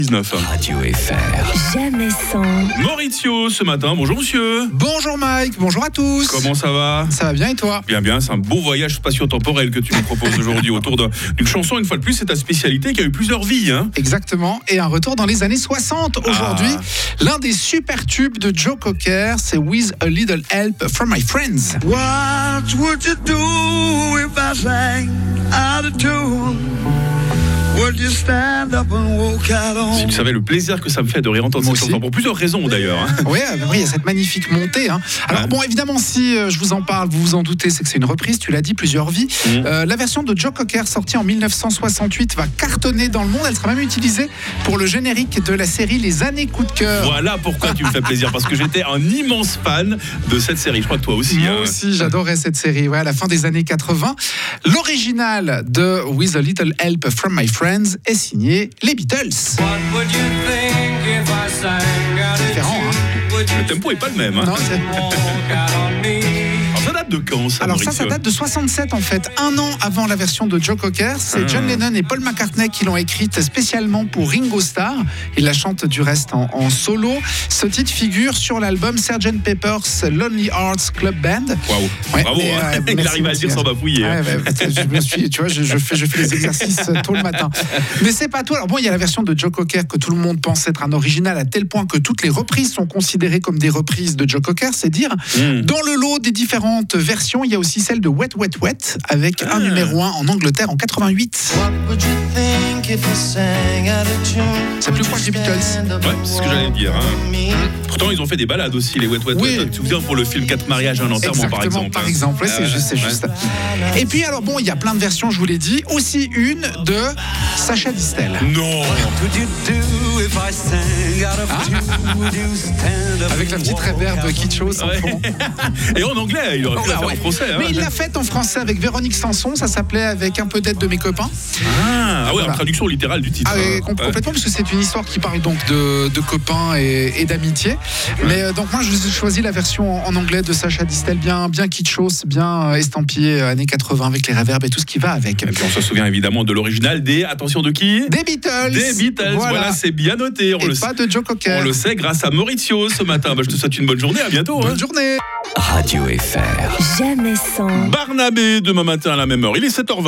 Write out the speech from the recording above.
19. Radio FR. Jamais sans. Maurizio ce matin, bonjour monsieur. Bonjour Mike, bonjour à tous. Comment ça va ? Ça va bien et toi ? Bien, c'est un beau voyage spatio-temporel que tu nous proposes aujourd'hui autour d'une chanson, une fois de plus, c'est ta spécialité qui a eu plusieurs vies. Hein. Exactement, et un retour dans les années 60. Aujourd'hui, l'un des super tubes de Joe Cocker, c'est With a Little Help from My Friends. What would you do if I sang out of tune? Would you stand up and walk out on? Si tu savais le plaisir que ça me fait de réentendre cette chanson, pour plusieurs raisons d'ailleurs. Hein. Oui, il y a cette magnifique montée. Hein. Alors bon, évidemment, si je vous en parle, vous vous en doutez, c'est que c'est une reprise, tu l'as dit, plusieurs vies. La version de Joe Cocker, sortie en 1968, va cartonner dans le monde. Elle sera même utilisée pour le générique de la série Les Années Coup de Cœur. Voilà pourquoi tu me fais plaisir, parce que j'étais un immense fan de cette série. Je crois que toi aussi. Moi aussi, j'adorais cette série. Ouais, à la fin des années 80. L'original de With a Little Help from My Friends est signé les Beatles. Différent, hein. Le tempo est pas le même. Hein. Non, Alors, ça date de quand ça, Alors Maurizio ? ça date de 67 en fait, un an avant la version de Joe Cocker. C'est John Lennon et Paul McCartney qui l'ont écrite spécialement pour Ringo Starr. Il la chante du reste en solo. Ce titre figure sur l'album Sgt. Pepper's Lonely Hearts Club Band. Waouh, Ouais, bravo, hein. Il arrive à le dire sans bafouiller. Hein. Je fais les exercices tôt le matin. Mais c'est pas tout. Alors bon, il y a la version de Joe Cocker que tout le monde pense être un original à tel point que toutes les reprises sont considérées comme des reprises de Joe Cocker, c'est dire. Dans le lot des différentes versions, il y a aussi celle de Wet Wet Wet avec un numéro 1 en Angleterre en 88. C'est plus proche des Beatles. Ouais, c'est ce que j'allais dire. Hein. Pourtant, ils ont fait des balades aussi, les Wet Wet Oui. Wet. Tu te souviens pour le film 4 mariages, un enterrement, par exemple. Par exemple, ouais, c'est juste. Et puis alors bon, il y a plein de versions, je vous l'ai dit. Aussi une de Sacha Distel. Non. Avec la petite réverb kitschos en Ouais. fond. Et en anglais, il aurait pu la faire Ouais. en français. Hein. Mais il l'a faite en français avec Véronique Sanson. Ça s'appelait Avec un peu d'aide de mes copains. Ah ouais, Voilà. en traduction littérale du titre. Ah, Ouais. complètement, parce que c'est une histoire qui parle donc de copains et d'amitié. Mais donc moi, j'ai choisi la version en anglais de Sacha Distel, bien kitschos, bien estampillé années 80 avec les réverbes et tout ce qui va avec. Et puis on se souvient évidemment de l'original attention de qui ? Des Beatles. Des Beatles, voilà, c'est bien noté. Et pas de Joe Cocker. On le sait grâce à Maurizio ce matin. Je te souhaite une bonne journée, à bientôt. Bonne Hein. journée. Radio FR. Jamais sans. Barnabé, demain matin à la même heure. Il est 7h20.